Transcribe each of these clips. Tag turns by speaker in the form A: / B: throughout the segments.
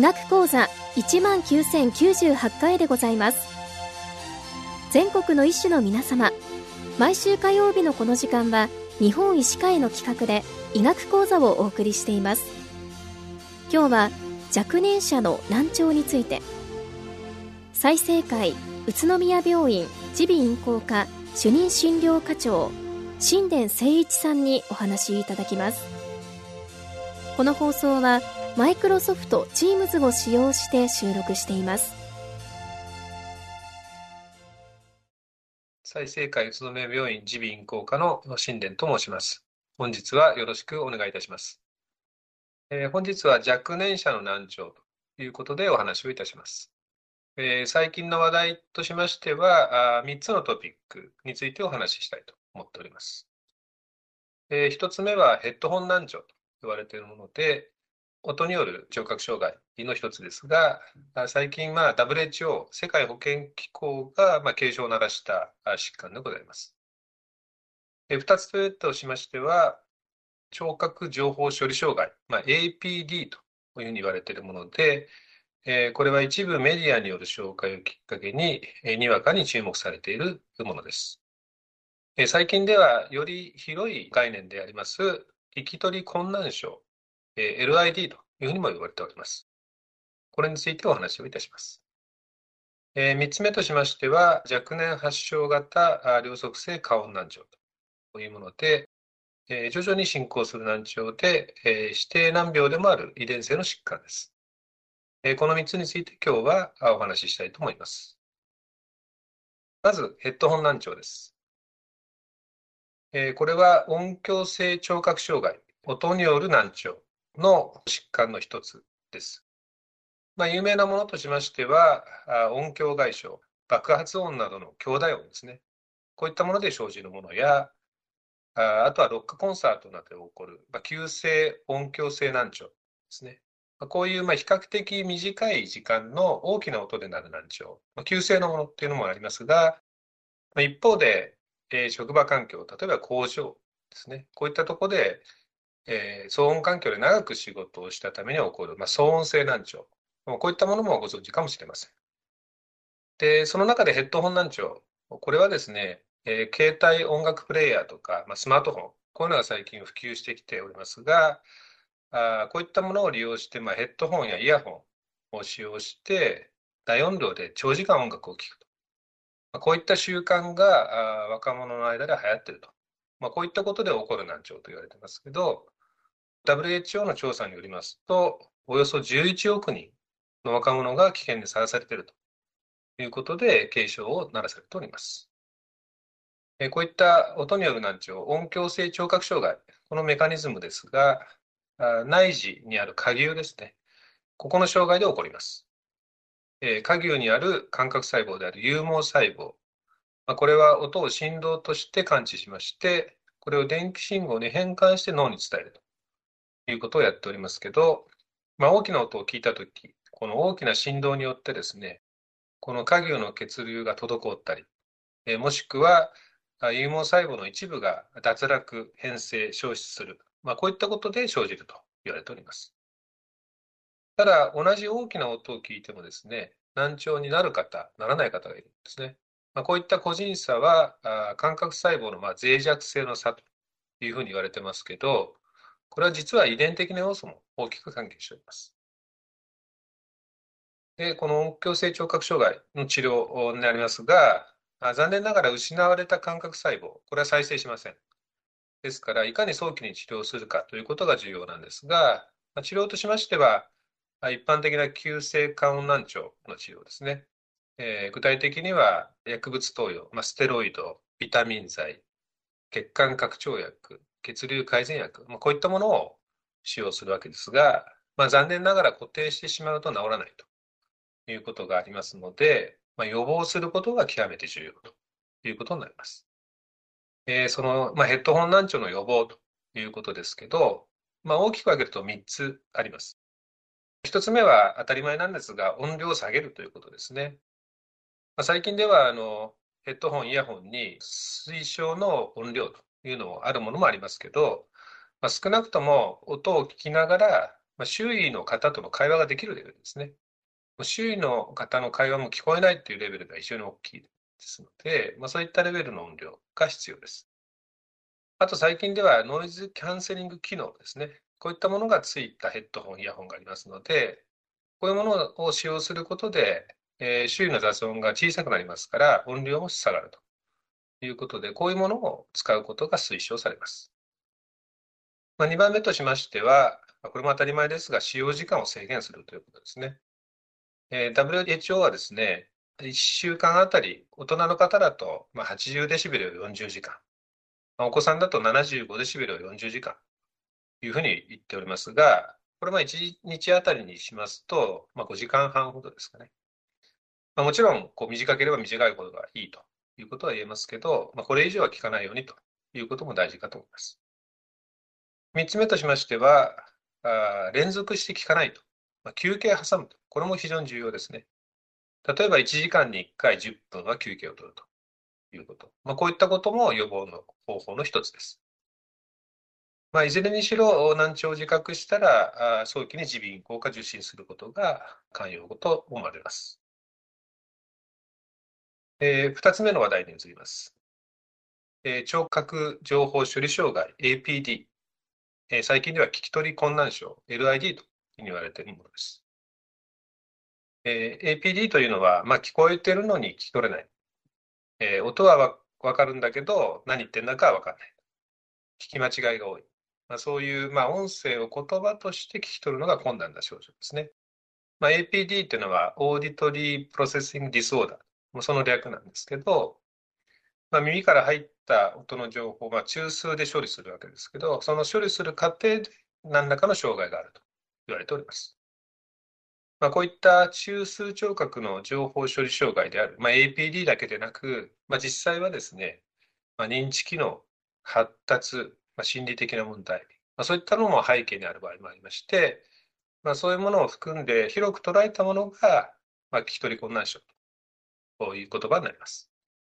A: 学講座19,098回でございます。全国の医師の皆様、毎週火曜日のこの時間は日本医師会の企画で医学講座をお送りしています。今日は若年者の難聴について、済生会宇都宮病院耳鼻咽喉科主任診療科長新田誠一さんにお話しいただきます。この放送はマイクロソフト Teams を使用して収録しています。
B: 済生会宇都宮病院耳鼻咽喉科の新田と申します。本日はよろしくお願いいたします。本日は若年者の難聴ということでお話をいたします。最近の話題としましては、3つのトピックについてお話ししたいと思っております。1つ目はヘッドホン難聴と言われているもので、音による聴覚障害の一つですが、最近WHO 世界保健機構が警鐘を鳴らした疾患でございます。2つ目としましては、聴覚情報処理障害、APD というふうに言われているもので、これは一部メディアによる紹介をきっかけに、にわかに注目されているものです。最近ではより広い概念であります、聞き取り困難症、LID というふうにも言われております。これについてお話をいたします。3つ目としましては、若年発症型両側性過音難聴というもので、徐々に進行する難聴で、指定難病でもある遺伝性の疾患です。この3つについて今日はお話ししたいと思います。まず、ヘッドホン難聴です。これは音響性聴覚障害、音による難聴の疾患の一つです。有名なものとしましては、音響外傷、爆発音などの兄弟音ですね。こういったもので生じるものや、あとはロックコンサートなどで起こる、急性音響性難聴ですね。こういう比較的短い時間の大きな音でなる難聴、急性のものっていうのもありますが、一方で、職場環境、例えば工場ですね。こういったところで、騒音環境で長く仕事をしたために起こる、騒音性難聴、こういったものもご存知かもしれません。で、その中でヘッドホン難聴、これはですね、携帯音楽プレイヤーとか、スマートフォン、こういうのが最近普及してきておりますが、こういったものを利用して、ヘッドホンやイヤホンを使用して、大音量で長時間音楽を聴くと。こういった習慣が若者の間で流行っていると。こういったことで起こる難聴と言われていますけど、WHO の調査によりますと、およそ11億人の若者が危険にさらされているということで、警鐘を鳴らされております。こういった音による難聴、音響性聴覚障害、このメカニズムですが、内耳にある蝸牛ですね。ここの障害で起こります。蝸牛にある感覚細胞である有毛細胞。これは音を振動として感知しまして、これを電気信号に変換して脳に伝えるということをやっておりますけど、大きな音を聞いたとき、この大きな振動によってですね、この蝸牛の血流が滞ったり、もしくは有毛細胞の一部が脱落、変性、消失する。こういったことで生じると言われております。ただ、同じ大きな音を聞いてもですね、難聴になる方、ならない方がいるんですね。こういった個人差は、感覚細胞の脆弱性の差というふうに言われてますけど、これは実は遺伝的な要素も大きく関係しております。で、この音響性聴覚障害の治療になりますが、残念ながら失われた感覚細胞、これは再生しません。ですから、いかに早期に治療するかということが重要なんですが、治療としましては、一般的な急性過音難聴の治療ですね。具体的には薬物投与、ステロイド、ビタミン剤、血管拡張薬、血流改善薬、こういったものを使用するわけですが、残念ながら固定してしまうと治らないということがありますので、予防することが極めて重要ということになります。その、ヘッドホン難聴の予防ということですけど、大きく分けると3つあります。1つ目は当たり前なんですが、音量を下げるということですね。最近ではヘッドホン、イヤホンに推奨の音量というのもあるものもありますけど、少なくとも音を聞きながら周囲の方との会話ができるレベルですね。周囲の方の会話も聞こえないっていうレベルが非常に大きいですので、そういったレベルの音量が必要です。あと最近ではノイズキャンセリング機能ですね。こういったものがついたヘッドホン、イヤホンがありますので、こういうものを使用することで、周囲の雑音が小さくなりますから、音量も下がるということで、こういうものを使うことが推奨されます。2番目としましては、これも当たり前ですが、使用時間を制限するということですね。WHO はですね、1週間あたり、大人の方だと80デシベルを40時間、お子さんだと75デシベルを40時間というふうに言っておりますが、これ1日あたりにしますと、5時間半ほどですかね。もちろん、短ければ短いほどがいいということは言えますけど、これ以上は聞かないようにということも大事かと思います。3つ目としましては、連続して聞かないと。休憩を挟むと。これも非常に重要ですね。例えば1時間に1回10分は休憩を取るということ。こういったことも予防の方法の一つです。いずれにしろ難聴を自覚したら、早期に耳鼻咽喉科受診することが肝要と思われます。2つ目の話題に移ります。聴覚情報処理障害 APD、最近では聞き取り困難症 LID と言われているものです。APD というのは、聞こえているのに聞き取れない。音はわかるんだけど、何言ってんだかはわからない。聞き間違いが多い。そういう、音声を言葉として聞き取るのが困難な症状ですね。APD っていうのは、オーディトリープロセッシングディスオーダー。その略なんですけど、耳から入った音の情報を中枢で処理するわけですけど、その処理する過程で何らかの障害があると言われております。こういった中枢聴覚の情報処理障害である、APD だけでなく、実際はですね、認知機能、発達、心理的な問題、そういったのも背景にある場合もありまして、そういうものを含んで広く捉えたものが、聞き取り困難症という言葉になります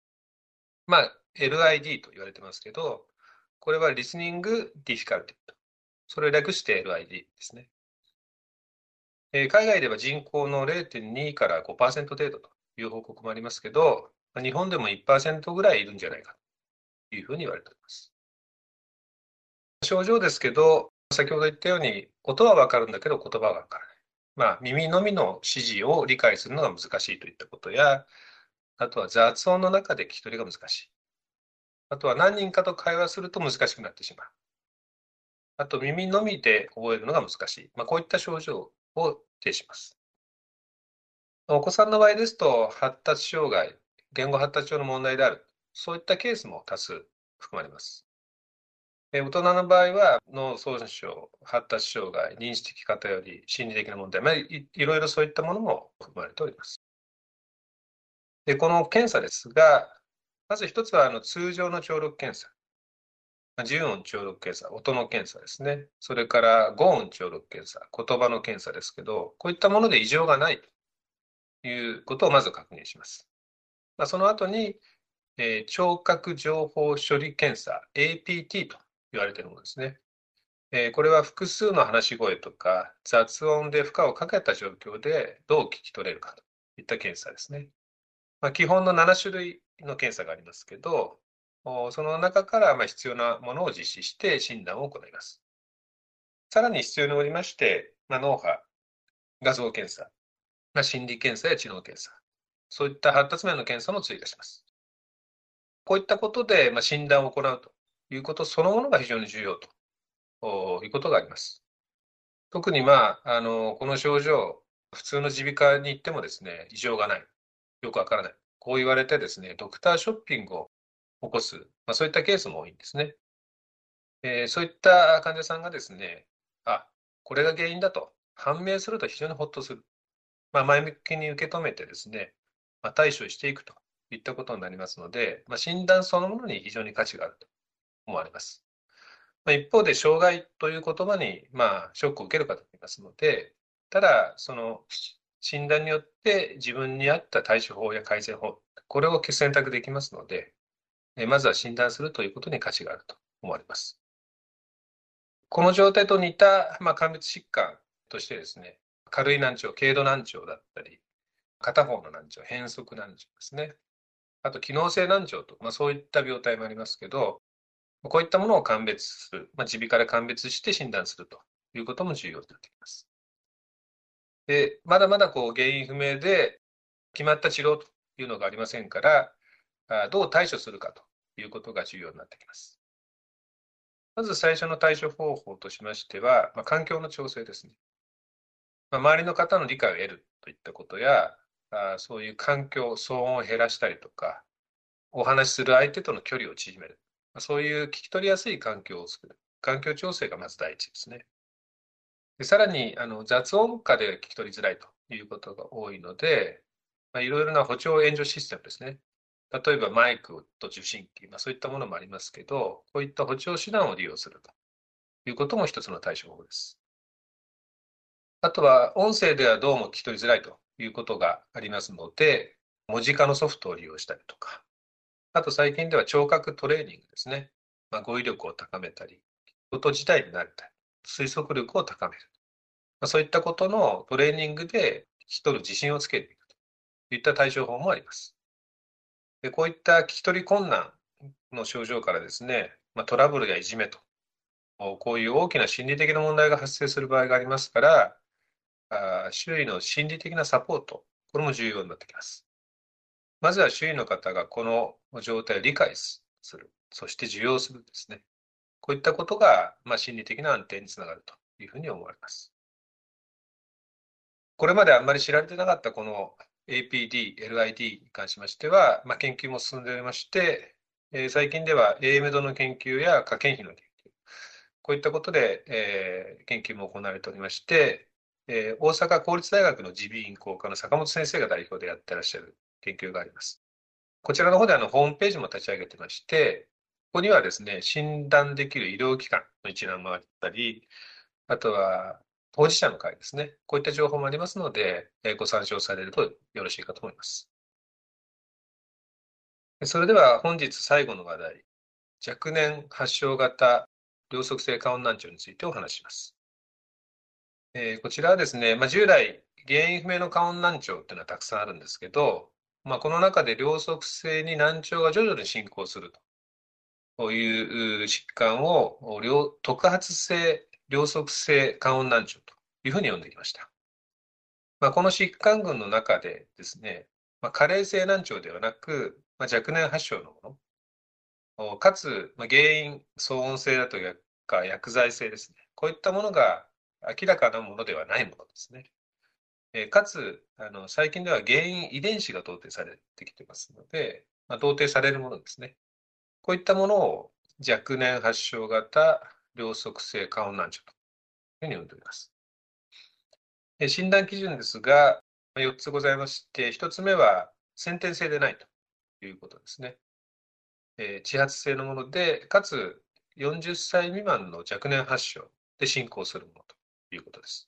B: 。LID と言われてますけど、これはリスニングディフィカルティと。それを略して LID ですね。海外では人口の0.2から5%程度という報告もありますけど、日本でも1%ぐらいいるんじゃないかというふうに言われております。症状ですけど、先ほど言ったように、音はわかるんだけど言葉はわからない。耳のみの指示を理解するのが難しいといったことや、あとは雑音の中で聞き取りが難しい。あとは何人かと会話すると難しくなってしまう。あと耳のみで覚えるのが難しい。こういった症状を呈します。お子さんの場合ですと、発達障害、言語発達症の問題である。そういったケースも多数含まれます。大人の場合は脳損傷、発達障害、認知的偏り、心理的な問題、いろいろそういったものも含まれております。で、この検査ですが、まず一つは通常の聴力検査。重音聴力検査、音の検査ですね。それから5音聴力検査、言葉の検査ですけど、こういったもので異常がないということをまず確認します。その後に、聴覚情報処理検査、APT と言われているものですね。これは複数の話し声とか雑音で負荷をかけた状況でどう聞き取れるかといった検査ですね。基本の7種類の検査がありますけど、その中から必要なものを実施して診断を行います。さらに必要に応じまして、脳波、画像検査、心理検査や知能検査、そういった発達面の検査も追加します。こういったことで診断を行うということそのものが非常に重要ということがあります。特にこの症状、普通の耳鼻科に行ってもですね、異常がない、よくわからない、こう言われてですね、ドクターショッピングを起こす、そういったケースも多いんですね。そういった患者さんがですね、これが原因だと判明すると非常にほっとする。前向きに受け止めてですね、対処していくといったことになりますので、診断そのものに非常に価値があると思われます。一方で、障害という言葉に、ショックを受ける方もいますので、ただ、その診断によって自分に合った対処法や改善法、これを選択できますので、まずは診断するということに価値があると思われます。この状態と似た、鑑別疾患としてですね、軽い難聴、軽度難聴だったり、片方の難聴、変則難聴ですね。あと、機能性難聴と、そういった病態もありますけど、こういったものを鑑別する、耳鼻科で鑑別して診断するということも重要になってきます。で、まだまだ原因不明で決まった治療というのがありませんから、どう対処するかということが重要になってきます。まず最初の対処方法としましては、環境の調整ですね。周りの方の理解を得るといったことや、そういう環境、騒音を減らしたりとか、お話しする相手との距離を縮める。そういう聞き取りやすい環境を作る。環境調整がまず第一ですね。でさらに雑音下で聞き取りづらいということが多いので、いろいろな補聴援助システムですね。例えばマイクと受信機、そういったものもありますけど、こういった補聴手段を利用するということも一つの対処法です。あとは音声ではどうも聞き取りづらいということがありますので、文字化のソフトを利用したりとか、あと最近では聴覚トレーニングですね。語彙力を高めたり、音自体に慣れたり、推測力を高める。そういったことのトレーニングで聞き取る自信をつけていくといった対処法もあります。でこういった聞き取り困難の症状からですね、トラブルやいじめと、こういう大きな心理的な問題が発生する場合がありますから、周囲の心理的なサポート、これも重要になってきます。まずは周囲の方がこの状態を理解する、そして受容するですね。こういったことが、心理的な安定につながるというふうに思われます。これまであんまり知られてなかったこの APD、LID に関しましては、研究も進んでおりまして、最近では AM 度の研究や可見比の研究、こういったことで、研究も行われておりまして、大阪公立大学の耳鼻咽喉科の坂本先生が代表でやってらっしゃる研究があります。こちらの方でホームページも立ち上げてまして、ここにはですね、診断できる医療機関の一覧もあったり、あとは当事者の会ですね。こういった情報もありますので、ご参照されるとよろしいかと思います。それでは本日最後の話題、若年発症型両側性過音難聴についてお話しします。こちらはですね、従来原因不明の過音難聴っていうのはたくさんあるんですけど、この中で両側性に難聴が徐々に進行するという疾患を特発性両側性過音難聴というふうに呼んできました。この疾患群の中でですね、加齢性難聴ではなく、若年発症のもの、かつ、原因、騒音性だとか薬剤性ですね。こういったものが明らかなものではないものですね。かつ、最近では原因遺伝子が同定されてきてますので、同定されるものですね。こういったものを若年発症型両側性過音難聴というふうに呼んでおります。診断基準ですが、4つございまして、1つ目は先天性でないということですね。遅発性のもので、かつ40歳未満の若年発症で進行するものということです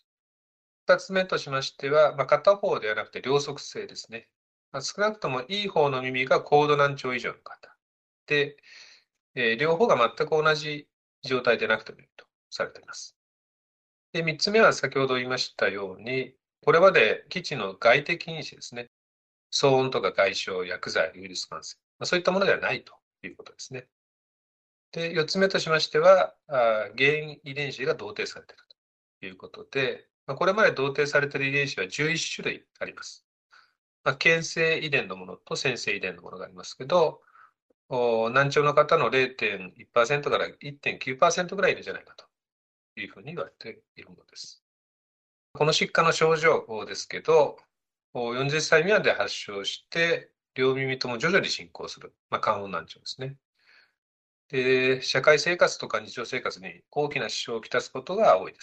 B: 。2つ目としましては、片方ではなくて両側性ですね。少なくともいい方の耳が高度難聴以上の方で、両方が全く同じ状態でなくてもいいとされています。で、3つ目は先ほど言いましたように、これまで基地の外的因子ですね。騒音とか外傷、薬剤、ウイルス感染、そういったものではないということですね。で、4つ目としましては、原因遺伝子が同定されているということで、これまで同定されている遺伝子は11種類あります。牽制遺伝のものと先制遺伝のものがありますけど、難聴の方の 0.1% から 1.9% ぐらいいるんじゃないかというふうに言われているものです。この疾患の症状ですけど、40歳未満で発症して、両耳とも徐々に進行する、過音難聴ですね。で、社会生活とか日常生活に大きな支障をきたすことが多いです。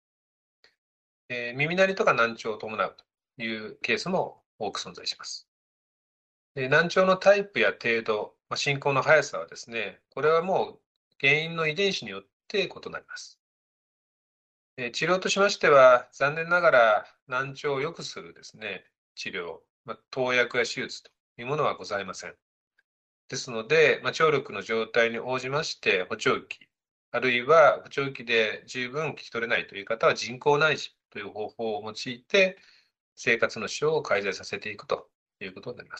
B: 耳鳴りとか難聴を伴うというケースも多く存在します。難聴のタイプや程度、進行の速さはですね、これはもう原因の遺伝子によって異なります。治療としましては、残念ながら難聴を良くするですね、治療、投薬や手術というものはございません。ですので、聴力の状態に応じまして補聴器、 あるいは補聴器で十分聞き取れないという方は人工内視という方法を用いて生活の支障を改善させていくということになります。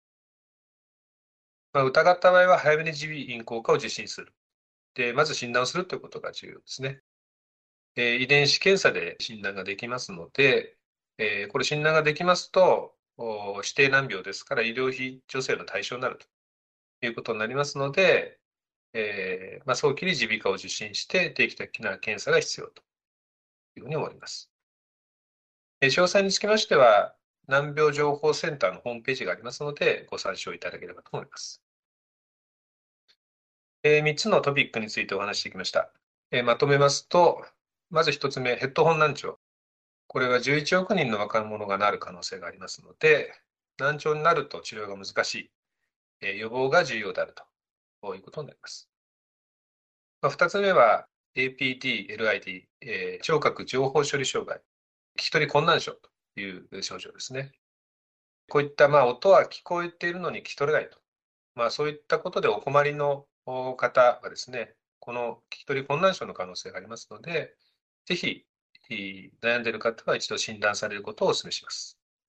B: 疑った場合は早めに耳鼻咽喉科を受診する。で、まず診断をするということが重要ですね。遺伝子検査で診断ができますので、これ診断ができますと、指定難病ですから医療費助成の対象になるということになりますので、早期に耳鼻科を受診して定期的な検査が必要というふうに思います。詳細につきましては、難病情報センターのホームページがありますので、ご参照いただければと思います。3つのトピックについてお話してきました。まとめますと、まず1つ目、ヘッドホン難聴。これは11億人の若者がなる可能性がありますので、難聴になると治療が難しい、予防が重要であるということになります。2つ目は APD、LID、聴覚情報処理障害、聞き取り困難症という症状ですね。こういった音は聞こえているのに聞き取れないと。そういったことでお困りの方はですね、この聞き取り困難症の可能性がありますので、ぜひ悩んでいる方は一度診断されることをお勧めします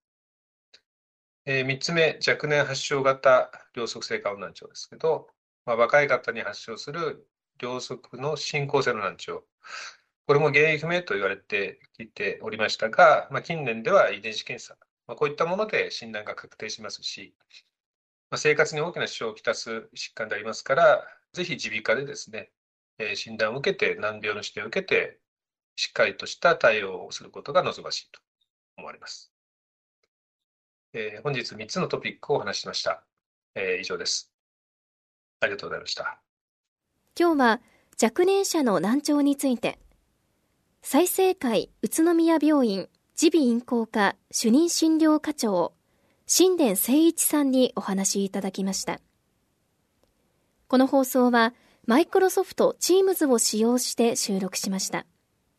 B: 。3つ目、若年発症型両側性過音難聴ですけど、若い方に発症する両側の進行性の難聴。これも原因不明と言われてきておりましたが、近年では遺伝子検査、こういったもので診断が確定しますし、生活に大きな支障をきたす疾患でありますから、ぜひ耳鼻科でですね、診断を受けて、難病の指定を受けて、しっかりとした対応をすることが望ましいと思われます。本日3つのトピックをお話ししました。以上です。ありがとうございました。
A: 今日は若年者の難聴について、済生会宇都宮病院耳鼻咽喉科主任診療科長、新田誠一さんにお話しいただきました。この放送はマイクロソフト Teams を使用して収録しました。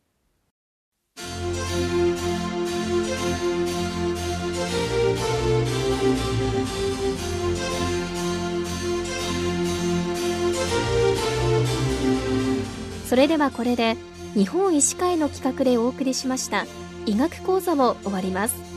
A: それではこれで日本医師会の企画でお送りしました医学講座を終わります。